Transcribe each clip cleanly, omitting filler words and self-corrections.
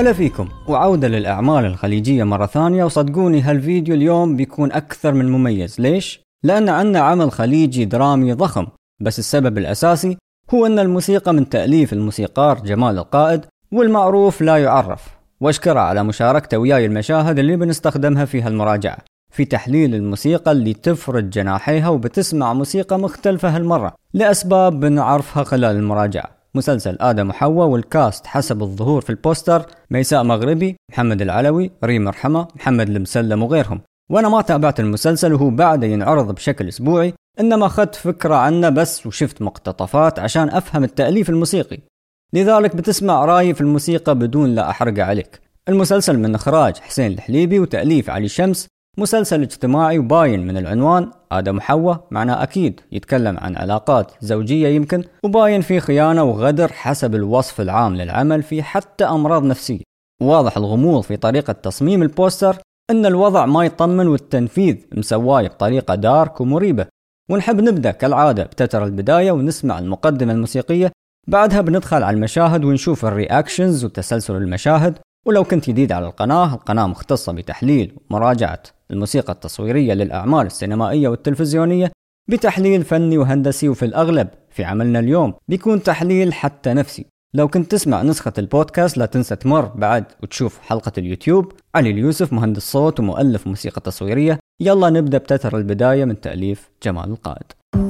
هلا فيكم وعودة للأعمال الخليجية مرة ثانية. وصدقوني هالفيديو اليوم بيكون أكثر من مميز. ليش؟ لأن عنا عمل خليجي درامي ضخم، بس السبب الأساسي هو أن الموسيقى من تأليف الموسيقار جمال القائد، والمعروف لا يعرف، واشكره على مشاركته وياي المشاهد اللي بنستخدمها في هالمراجعة في تحليل الموسيقى اللي تفرد جناحيها وبتسمع موسيقى مختلفة هالمرة لأسباب بنعرفها خلال المراجعة. مسلسل آدم وحواء، والكاست حسب الظهور في البوستر: ميساء مغربي، محمد العلوي، ريم رحمة، محمد المسلم وغيرهم. وأنا ما تابعت المسلسل وهو بعد ينعرض بشكل أسبوعي، إنما أخذت فكرة عنه بس وشفت مقتطفات عشان أفهم التأليف الموسيقي، لذلك بتسمع رأيي في الموسيقى بدون لا أحرق عليك. المسلسل من إخراج حسين الحليبي وتأليف علي شمس، مسلسل اجتماعي وباين من العنوان آدم وحواء، معناه أكيد يتكلم عن علاقات زوجية يمكن، وباين فيه خيانة وغدر حسب الوصف العام للعمل، في حتى أمراض نفسية. واضح الغموض في طريقة تصميم البوستر، إن الوضع ما يطمن والتنفيذ مسواي بطريقة دارك ومريبة. ونحب نبدأ كالعادة بتتر البداية ونسمع المقدمة الموسيقية، بعدها بندخل على المشاهد ونشوف الرياكشنز وتسلسل المشاهد. ولو كنت جديد على القناة مختصة بتحليل ومراجعة الموسيقى التصويرية للأعمال السينمائية والتلفزيونية بتحليل فني وهندسي، وفي الأغلب في عملنا اليوم بيكون تحليل حتى نفسي. لو كنت تسمع نسخة البودكاست لا تنسى تمر بعد وتشوف حلقة اليوتيوب. علي اليوسف مهندس صوت ومؤلف موسيقى تصويرية. يلا نبدأ بتتر البداية من تأليف جمال القائد.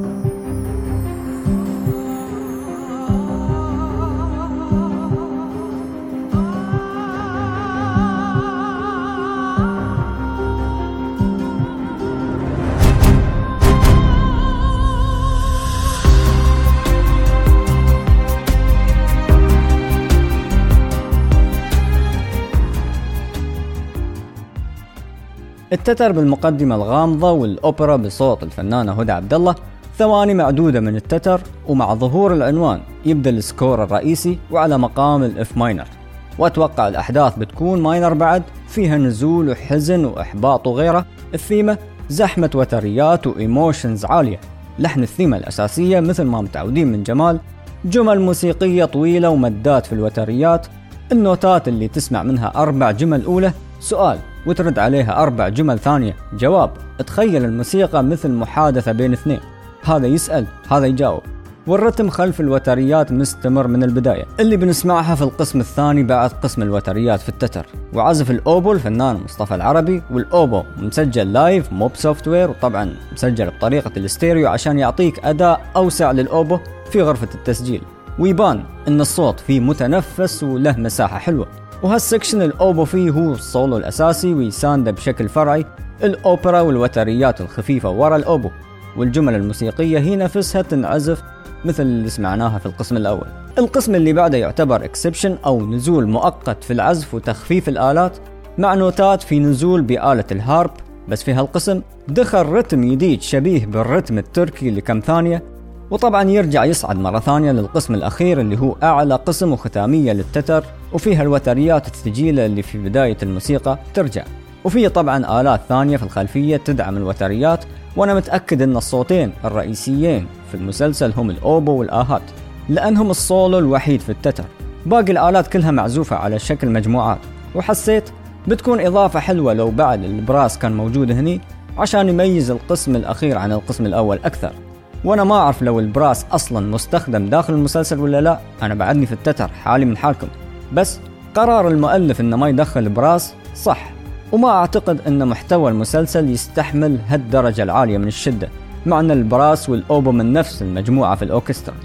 التتر بالمقدمة الغامضة والأوبرا بصوت الفنانة هدى عبد الله، ثواني معدودة من التتر، ومع ظهور العنوان يبدأ السكور الرئيسي وعلى مقام الإف ماينر. وأتوقع الأحداث بتكون ماينر بعد، فيها نزول وحزن وإحباط وغيره. الثيمة زحمة وتريات وإيموشنز عالية. لحن الثيمة الأساسية مثل ما متعودين من جمال، جمل موسيقية طويلة ومدات في الوتريات. النوتات اللي تسمع منها 4 جمل أولى سؤال، وترد عليها 4 جمل ثانية جواب. تخيل الموسيقى مثل محادثة بين اثنين، هذا يسأل هذا يجاوب. والرتم خلف الوتريات مستمر من البداية، اللي بنسمعها في القسم الثاني بعد قسم الوتريات في التتر. وعزف الأوبو الفنان مصطفى العربي، والأوبو مسجل لايف مو بسوفتوير، وطبعا مسجل بطريقة الاستيريو عشان يعطيك أداء أوسع للأوبو في غرفة التسجيل، ويبان إن الصوت فيه متنفس وله مساحة حلوة. وهالسكشن الأوبو فيه هو الصولو الأساسي، ويساند بشكل فرعي الأوبرا والوتريات الخفيفة ورا الأوبو. والجمل الموسيقية هي نفسها تنعزف مثل اللي سمعناها في القسم الأول. القسم اللي بعده يعتبر اكسبشن أو نزول مؤقت في العزف وتخفيف الآلات، مع نوتات في نزول بآلة الهارب. بس في هالقسم دخل رتم جديد شبيه بالرتم التركي لكم ثانية، وطبعا يرجع يصعد مرة ثانية للقسم الأخير اللي هو أعلى قسم وختامية للتتر، وفيها الوتريات الثقيلة اللي في بداية الموسيقى ترجع، وفيه طبعا آلات ثانية في الخلفية تدعم الوتريات. وأنا متأكد أن الصوتين الرئيسيين في المسلسل هم الأوبو والآهات، لأنهم الصولو الوحيد في التتر. باقي الآلات كلها معزوفة على شكل مجموعات، وحسيت بتكون إضافة حلوة لو بعد البراس كان موجود هني عشان يميز القسم الأخير عن القسم الأول أكثر. وانا ما اعرف لو البراس اصلا مستخدم داخل المسلسل ولا لا، انا بعدني في التتر حالي من حالكم. بس قرار المؤلف انه ما يدخل براس صح، وما اعتقد ان محتوى المسلسل يستحمل هالدرجة العالية من الشدة، مع ان البراس والاوبو من نفس المجموعة في الاوركسترا.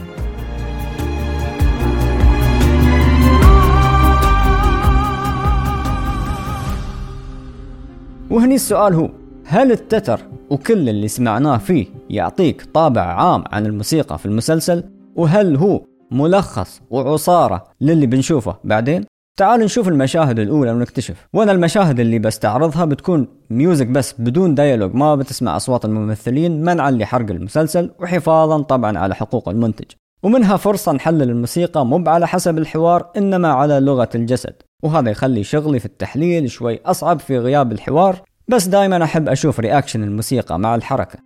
وهني السؤال هو: هل التتر وكل اللي سمعناه فيه يعطيك طابع عام عن الموسيقى في المسلسل؟ وهل هو ملخص وعصارة للي بنشوفه بعدين؟ تعال نشوف المشاهد الأولى ونكتشف. وانا المشاهد اللي بستعرضها بتكون ميوزك بس بدون ديالوج، ما بتسمع أصوات الممثلين منعا لحرق المسلسل وحفاظا طبعا على حقوق المنتج. ومنها فرصة نحلل الموسيقى مو على حسب الحوار، إنما على لغة الجسد، وهذا يخلي شغلي في التحليل شوي أصعب في غياب الحوار. بس دايما أحب أشوف رياكشن الموسيقى مع الحركة.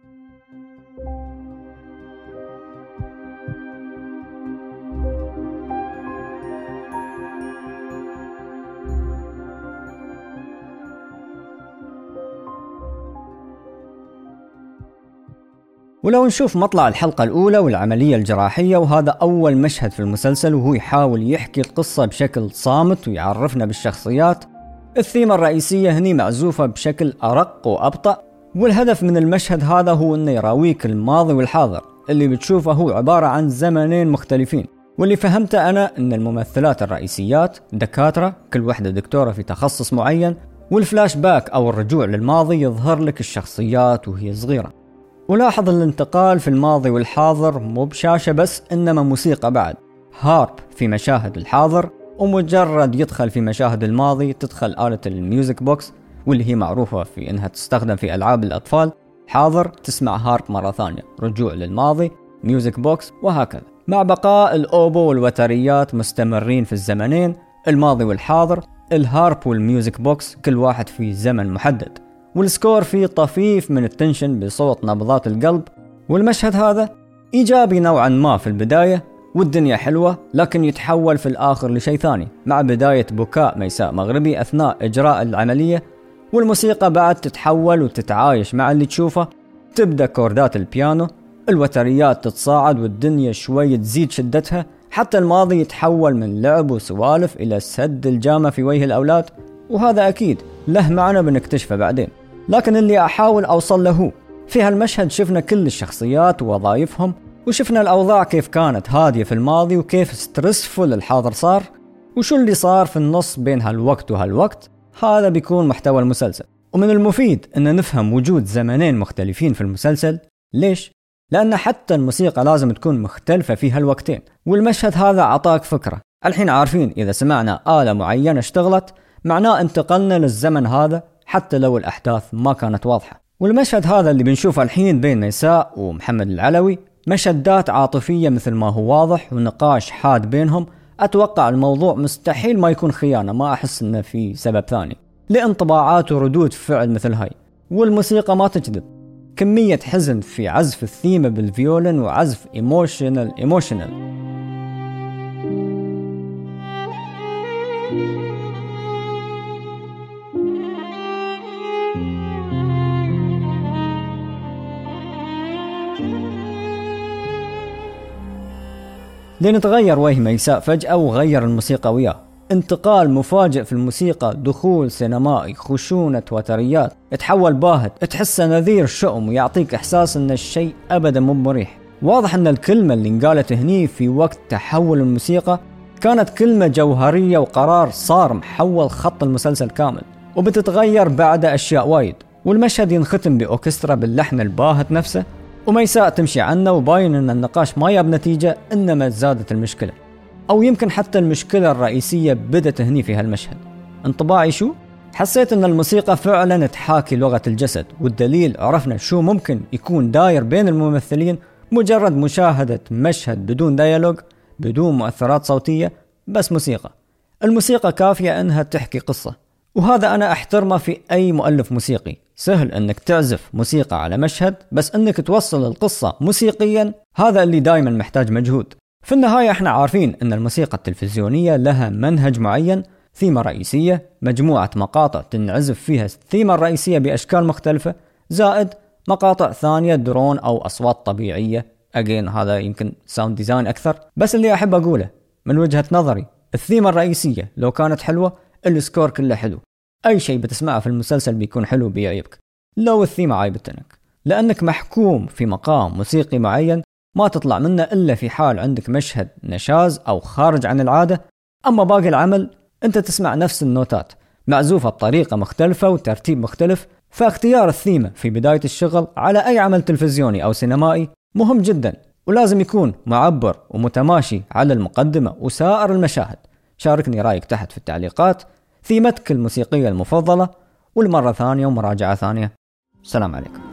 ولو نشوف مطلع الحلقة الأولى والعملية الجراحية، وهذا أول مشهد في المسلسل وهو يحاول يحكي القصة بشكل صامت ويعرفنا بالشخصيات، الثيمة الرئيسية هني معزوفة بشكل أرق وأبطأ، والهدف من المشهد هذا هو أنه يراويك الماضي والحاضر اللي بتشوفه هو عبارة عن زمنين مختلفين. واللي فهمته أنا أن الممثلات الرئيسيات دكاترة، كل واحدة دكتورة في تخصص معين، والفلاش باك أو الرجوع للماضي يظهر لك الشخصيات وهي صغيرة. ولاحظ الانتقال في الماضي والحاضر مو بشاشة بس، إنما موسيقى بعد، هارب في مشاهد الحاضر، ومجرد يدخل في مشاهد الماضي تدخل آلة الميوزك بوكس واللي هي معروفة في إنها تستخدم في ألعاب الأطفال، حاضر تسمع هارب مرة ثانية، رجوع للماضي ميوزك بوكس، وهكذا، مع بقاء الأوبو والوتريات مستمرين في الزمنين الماضي والحاضر، الهارب والميوزك بوكس كل واحد في زمن محدد، والسكور فيه طفيف من التنشن بصوت نبضات القلب. والمشهد هذا إيجابي نوعا ما في البداية والدنيا حلوة، لكن يتحول في الآخر لشيء ثاني مع بداية بكاء ميساء مغربي أثناء إجراء العملية، والموسيقى بعد تتحول وتتعايش مع اللي تشوفه، تبدأ كوردات البيانو، الوتريات تتصاعد والدنيا شوي تزيد شدتها، حتى الماضي يتحول من لعب وسوالف إلى سد الجامة في وجه الأولاد، وهذا أكيد له معنى بنكتشفه بعدين. لكن اللي أحاول أوصل له في هالمشهد، شفنا كل الشخصيات ووظائفهم، وشفنا الأوضاع كيف كانت هادية في الماضي وكيف سترسفل الحاضر صار، وشو اللي صار في النص بين هالوقت وهالوقت. هذا بيكون محتوى المسلسل، ومن المفيد أن نفهم وجود زمنين مختلفين في المسلسل. ليش؟ لأن حتى الموسيقى لازم تكون مختلفة في هالوقتين، والمشهد هذا عطاك فكرة. الحين عارفين إذا سمعنا آلة معينة اشتغلت معناه انتقلنا للزمن هذا، حتى لو الأحداث ما كانت واضحة. والمشهد هذا اللي بنشوفه الحين بين نساء ومحمد العلوي مشهدات عاطفية مثل ما هو واضح، ونقاش حاد بينهم. أتوقع الموضوع مستحيل ما يكون خيانة، ما أحس إنه في سبب ثاني لانطباعات وردود فعل مثل هاي. والموسيقى ما تكذب، كمية حزن في عزف الثيمة بالفيولن وعزف ايموشنال. لنتغير وجه ميساء فجأة وغير الموسيقى وياه، انتقال مفاجئ في الموسيقى، دخول سينمائي، خشونة وتريات، تحول باهت، تحسه نذير شؤم ويعطيك إحساس أن الشيء أبدا مو مريح. واضح أن الكلمة اللي انقالت هني في وقت تحول الموسيقى كانت كلمة جوهرية وقرار صار محول خط المسلسل كامل، وبتتغير بعد أشياء وايد. والمشهد ينختم بأوركسترا باللحن الباهت نفسه، وميساء تمشي عنه، وباين أن النقاش ما جاب نتيجة، إنما زادت المشكلة، أو يمكن حتى المشكلة الرئيسية بدت هني في هالمشهد. انطباعي شو؟ حسيت أن الموسيقى فعلا تحاكي لغة الجسد، والدليل عرفنا شو ممكن يكون داير بين الممثلين مجرد مشاهدة مشهد بدون ديالوج، بدون مؤثرات صوتية، بس موسيقى. الموسيقى كافية أنها تحكي قصة، وهذا أنا أحترمه في أي مؤلف موسيقي. سهل أنك تعزف موسيقى على مشهد، بس أنك توصل القصة موسيقيا هذا اللي دايما محتاج مجهود. في النهاية احنا عارفين أن الموسيقى التلفزيونية لها منهج معين، ثيمة رئيسية، مجموعة مقاطع تنعزف فيها الثيمة الرئيسية بأشكال مختلفة، زائد مقاطع ثانية درون أو أصوات طبيعية. أجين هذا يمكن ساوند ديزاين أكثر، بس اللي أحب أقوله من وجهة نظري، الثيمة الرئيسية لو كانت حلوة السكور كله حلو، أي شيء بتسمعه في المسلسل بيكون حلو بيعيبك. لو الثيمة عايبتنك لأنك محكوم في مقام موسيقي معين ما تطلع منه إلا في حال عندك مشهد نشاز أو خارج عن العادة، أما باقي العمل أنت تسمع نفس النوتات معزوفة بطريقة مختلفة وترتيب مختلف. فاختيار الثيمة في بداية الشغل على أي عمل تلفزيوني أو سينمائي مهم جدا، ولازم يكون معبر ومتماشي على المقدمة وسائر المشاهد. شاركني رأيك تحت في التعليقات، ثيمتك الموسيقية المفضلة، والمرة ثانية ومراجعة ثانية. السلام عليكم.